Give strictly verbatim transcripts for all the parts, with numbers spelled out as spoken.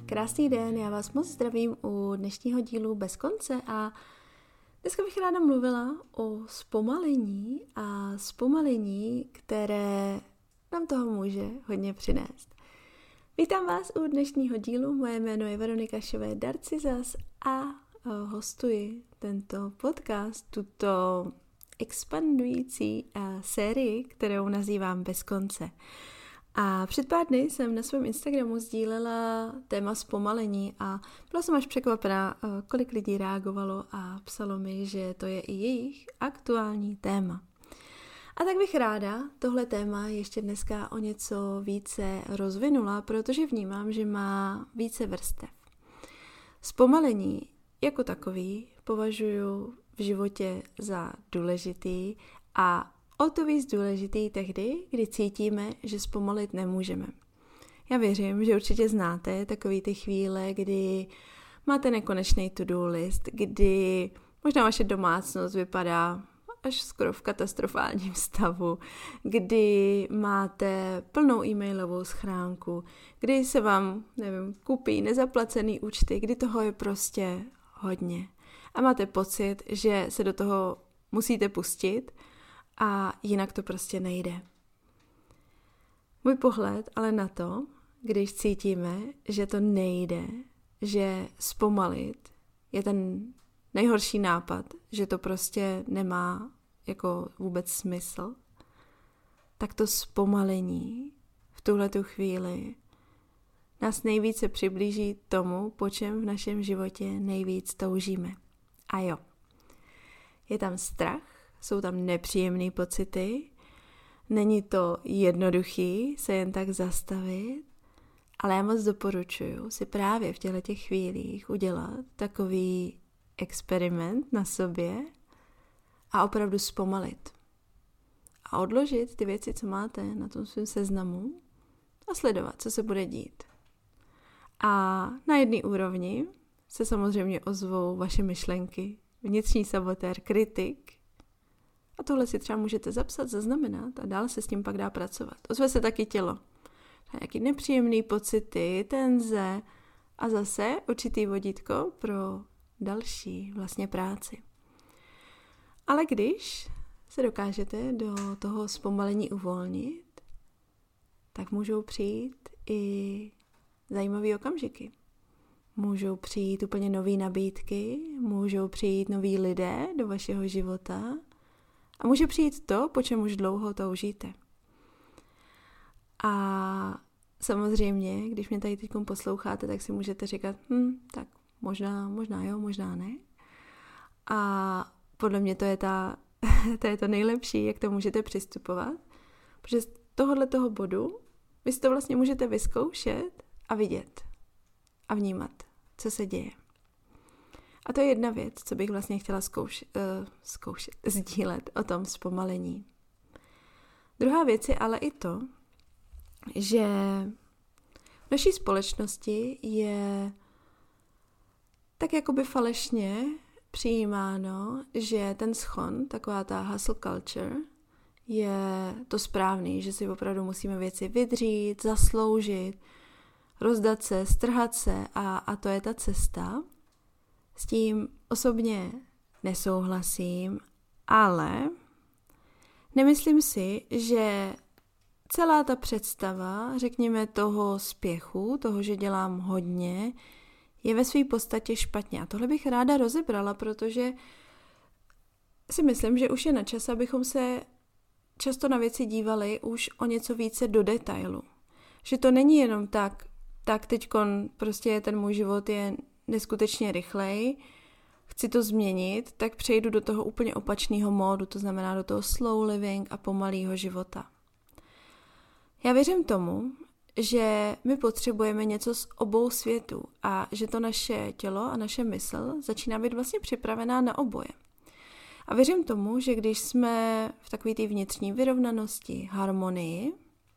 Krásný den, já vás moc zdravím u dnešního dílu Bez konce a dneska bych ráda mluvila o zpomalení a zpomalení, které nám toho může hodně přinést. Vítám vás u dnešního dílu, moje jméno je Veronika Šové-Darcizas a hostuji tento podcast, tuto expandující sérii, kterou nazývám Bez konce. A před pár dny jsem na svém Instagramu sdílela téma zpomalení a byla jsem až překvapená, kolik lidí reagovalo a psalo mi, že to je i jejich aktuální téma. A tak bych ráda tohle téma ještě dneska o něco více rozvinula, protože vnímám, že má více vrstev. Zpomalení jako takový považuji v životě za důležitý a o to víc důležitý tehdy, kdy cítíme, že zpomalit nemůžeme. Já věřím, že určitě znáte takový ty chvíle, kdy máte nekonečný to-do list, kdy možná vaše domácnost vypadá až skoro v katastrofálním stavu, kdy máte plnou e-mailovou schránku, kdy se vám, nevím, kupí nezaplacený účty, kdy toho je prostě hodně. A máte pocit, že se do toho musíte pustit, a jinak to prostě nejde. Můj pohled ale na to, když cítíme, že to nejde, že zpomalit je ten nejhorší nápad, že to prostě nemá jako vůbec smysl, tak to zpomalení v tuhletu chvíli nás nejvíce přiblíží tomu, po čem v našem životě nejvíc toužíme. A jo, je tam strach, jsou tam nepříjemné pocity, není to jednoduchý se jen tak zastavit, ale já moc doporučuji si právě v těchto těch chvílích udělat takový experiment na sobě a opravdu zpomalit. A odložit ty věci, co máte na tom svém seznamu a sledovat, co se bude dít. A na jedné úrovni se samozřejmě ozvou vaše myšlenky, vnitřní sabotér, kritik. A tohle si třeba můžete zapsat, zaznamenat a dál se s tím pak dá pracovat. Ozve se taky tělo. Nějaký nepříjemný pocity, tenze a zase určitý vodítko pro další vlastně práci. Ale když se dokážete do toho zpomalení uvolnit, tak můžou přijít i zajímavé okamžiky. Můžou přijít úplně nové nabídky, můžou přijít noví lidé do vašeho života a může přijít to, po čem už dlouho toužíte. A samozřejmě, když mě tady teď posloucháte, tak si můžete říkat, hm, tak možná, možná jo, možná ne. A podle mě to je, ta, to je to nejlepší, jak to můžete přistupovat, protože z tohohle toho bodu vy si to vlastně můžete vyzkoušet a vidět a vnímat, co se děje. A to je jedna věc, co bych vlastně chtěla zkoušet, uh, zkoušet, sdílet o tom zpomalení. Druhá věc je ale i to, že v naší společnosti je tak jakoby falešně přijímáno, že ten schon, taková ta hustle culture, je to správný, že si opravdu musíme věci vydřít, zasloužit, rozdat se, strhat se a, a to je ta cesta. S tím osobně nesouhlasím, ale nemyslím si, že celá ta představa, řekněme toho spěchu, toho, že dělám hodně, je ve své podstatě špatně. A tohle bych ráda rozebrala, protože si myslím, že už je na čas, abychom se často na věci dívali už o něco více do detailu. Že to není jenom tak, tak teďkon prostě ten můj život je neskutečně rychlej, chci to změnit, tak přejdu do toho úplně opačného módu, to znamená do toho slow living a pomalého života. Já věřím tomu, že my potřebujeme něco z obou světů a že to naše tělo a naše mysl začíná být vlastně připravená na oboje. A věřím tomu, že když jsme v takové té vnitřní vyrovnanosti, harmonii,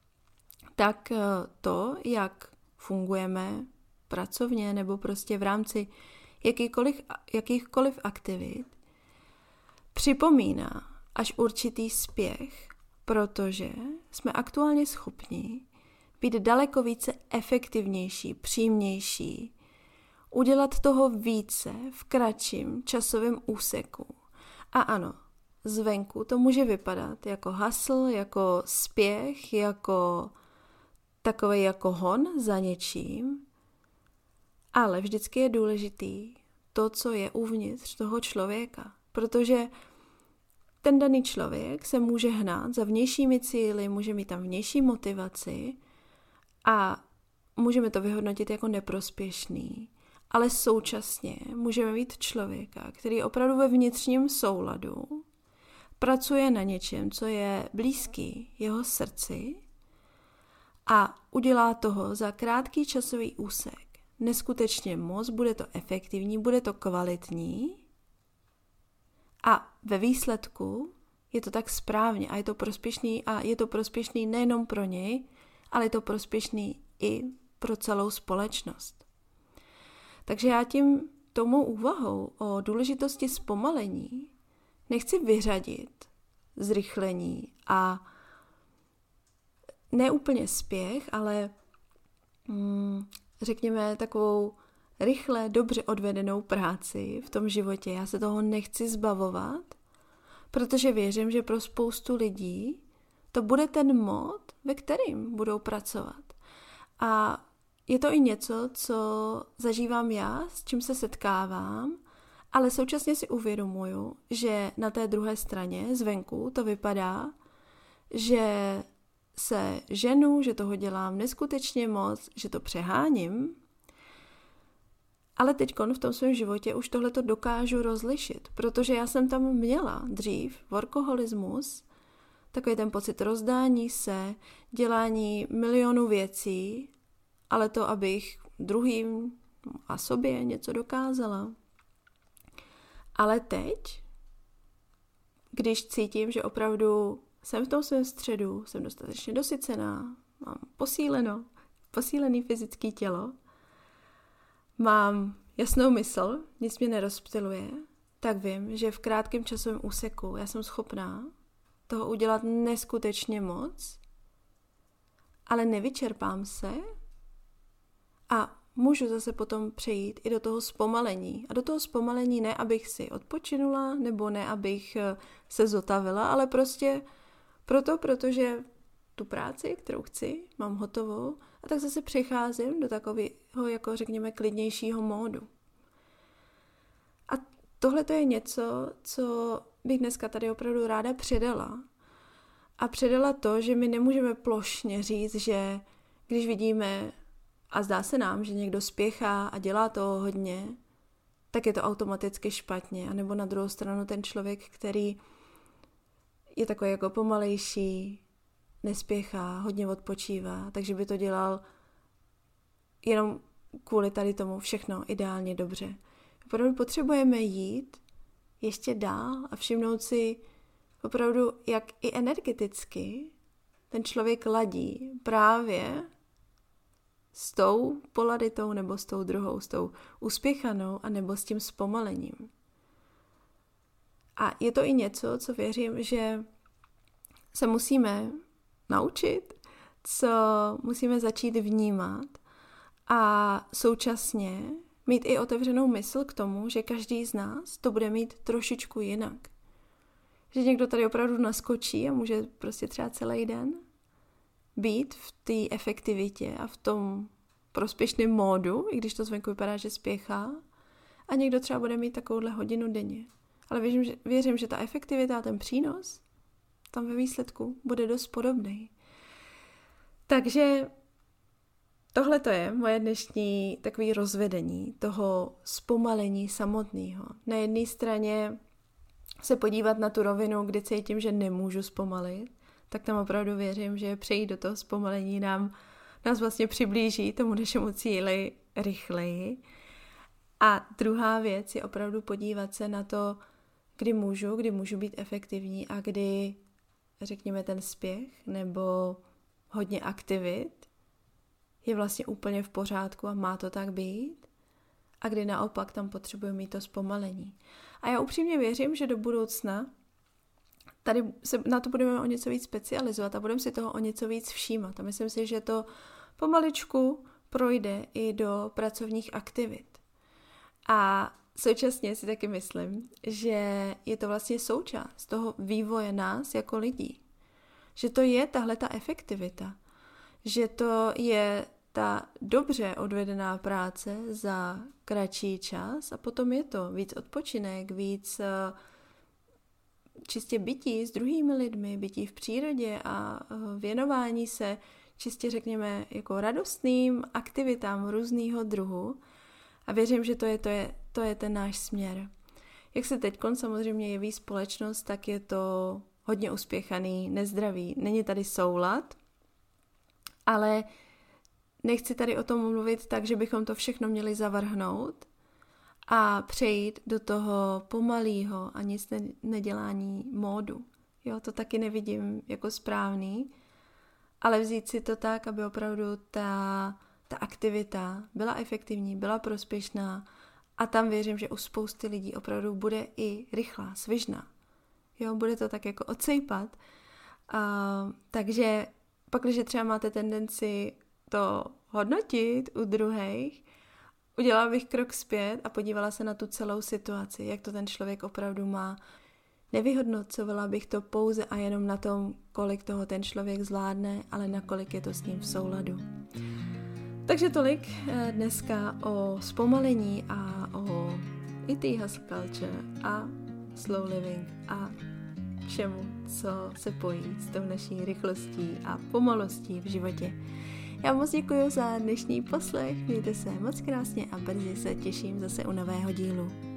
tak to, jak fungujeme pracovně nebo prostě v rámci jakýchkoliv, jakýchkoliv aktivit, připomíná až určitý spěch, protože jsme aktuálně schopni být daleko více efektivnější, přímější, udělat toho více v kratším časovém úseku. A ano, zvenku to může vypadat jako hustle, jako spěch, jako takový jako hon za něčím, ale vždycky je důležitý to, co je uvnitř toho člověka, protože ten daný člověk se může hnát za vnějšími cíli, může mít tam vnější motivaci a můžeme to vyhodnotit jako neprospěšný, ale současně můžeme mít člověka, který opravdu ve vnitřním souladu pracuje na něčem, co je blízký jeho srdci a udělá toho za krátký časový úsek neskutečně moc, bude to efektivní, bude to kvalitní a ve výsledku je to tak správně a je to prospěšný a je to prospěšný nejenom pro něj, ale je to prospěšný i pro celou společnost. Takže já tím tomu úvahou o důležitosti zpomalení nechci vyřadit zrychlení a ne úplně spěch, ale mm, řekněme takovou rychle, dobře odvedenou práci v tom životě. Já se toho nechci zbavovat, protože věřím, že pro spoustu lidí to bude ten mod, ve kterým budou pracovat. A je to i něco, co zažívám já, s čím se setkávám, ale současně si uvědomuju, že na té druhé straně zvenku to vypadá, že se ženu, že toho dělám neskutečně moc, že to přeháním, ale teďkon v tom svém životě už tohleto dokážu rozlišit, protože já jsem tam měla dřív workoholismus, takový ten pocit rozdání se, dělání milionů věcí, ale to, abych druhým a sobě něco dokázala. Ale teď, když cítím, že opravdu jsem v tom svém středu, jsem dostatečně dosycená, mám posíleno, posílený fyzické tělo, mám jasnou mysl, nic mě nerozptyluje, tak vím, že v krátkém časovém úseku já jsem schopná toho udělat neskutečně moc, ale nevyčerpám se a můžu zase potom přejít i do toho zpomalení. A do toho zpomalení ne, abych si odpočinula, nebo ne, abych se zotavila, ale prostě proto, protože tu práci, kterou chci, mám hotovou, a tak zase přecházím do takového, jako řekněme, klidnějšího módu. A tohle to je něco, co bych dneska tady opravdu ráda předala. A předala to, že my nemůžeme plošně říct, že když vidíme a zdá se nám, že někdo spěchá a dělá toho hodně, tak je to automaticky špatně. A nebo na druhou stranu ten člověk, který je takový jako pomalejší, nespěchá, hodně odpočívá, takže by to dělal jenom kvůli tady tomu všechno ideálně dobře. Opravdu potřebujeme jít ještě dál a všimnout si opravdu, jak i energeticky ten člověk ladí právě s tou polaritou nebo s tou druhou, s tou uspěchanou a nebo s tím zpomalením. A je to i něco, co věřím, že se musíme naučit, co musíme začít vnímat a současně mít i otevřenou mysl k tomu, že každý z nás to bude mít trošičku jinak. Že někdo tady opravdu naskočí a může prostě třeba celý den být v té efektivitě a v tom prospěšném módu, i když to zvenku vypadá, že spěchá, a někdo třeba bude mít takovouhle hodinu denně. Ale věřím, že, věřím, že ta efektivita a ten přínos tam ve výsledku bude dost podobný. Takže tohle to je moje dnešní takové rozvedení toho zpomalení samotného. Na jedné straně se podívat na tu rovinu, kdy cítím, že nemůžu zpomalit, tak tam opravdu věřím, že přejít do toho zpomalení nám, nás vlastně přiblíží tomu našemu cíli rychleji. A druhá věc je opravdu podívat se na to, kdy můžu, kdy můžu být efektivní a kdy, řekněme, ten spěch nebo hodně aktivit je vlastně úplně v pořádku a má to tak být. A kdy naopak tam potřebuji mít to zpomalení. A já upřímně věřím, že do budoucna tady se na to budeme o něco víc specializovat a budeme si toho o něco víc všímat. A myslím si, že to pomaličku projde i do pracovních aktivit. A současně si taky myslím, že je to vlastně součást toho vývoje nás jako lidí. Že to je tahle ta efektivita. Že to je ta dobře odvedená práce za kratší čas a potom je to víc odpočinek, víc čistě bytí s druhými lidmi, bytí v přírodě a věnování se čistě řekněme jako radostným aktivitám různýho druhu. A věřím, že to je, to je, to je ten náš směr. Jak se teď samozřejmě jeví společnost, tak je to hodně uspěchaný, nezdravý, není tady soulad, ale nechci tady o tom mluvit tak, že bychom to všechno měli zavrhnout a přejít do toho pomalého a nic nedělání módu. Jo, to taky nevidím jako správný, ale vzít si to tak, aby opravdu ta, ta aktivita byla efektivní, byla prospěšná a tam věřím, že u spousty lidí opravdu bude i rychlá, svižná. Jo, bude to tak jako odsejpat. Uh, takže pak, když třeba máte tendenci to hodnotit u druhých, udělala bych krok zpět a podívala se na tu celou situaci, jak to ten člověk opravdu má. Nevyhodnocovala bych to pouze a jenom na tom, kolik toho ten člověk zvládne, ale nakolik je to s ním v souladu. Takže tolik dneska o zpomalení a o i té hustle culture a slow living a všemu, co se pojí s tou naší rychlostí a pomalostí v životě. Já moc děkuji za dnešní poslech, mějte se moc krásně a brzy se těším zase u nového dílu.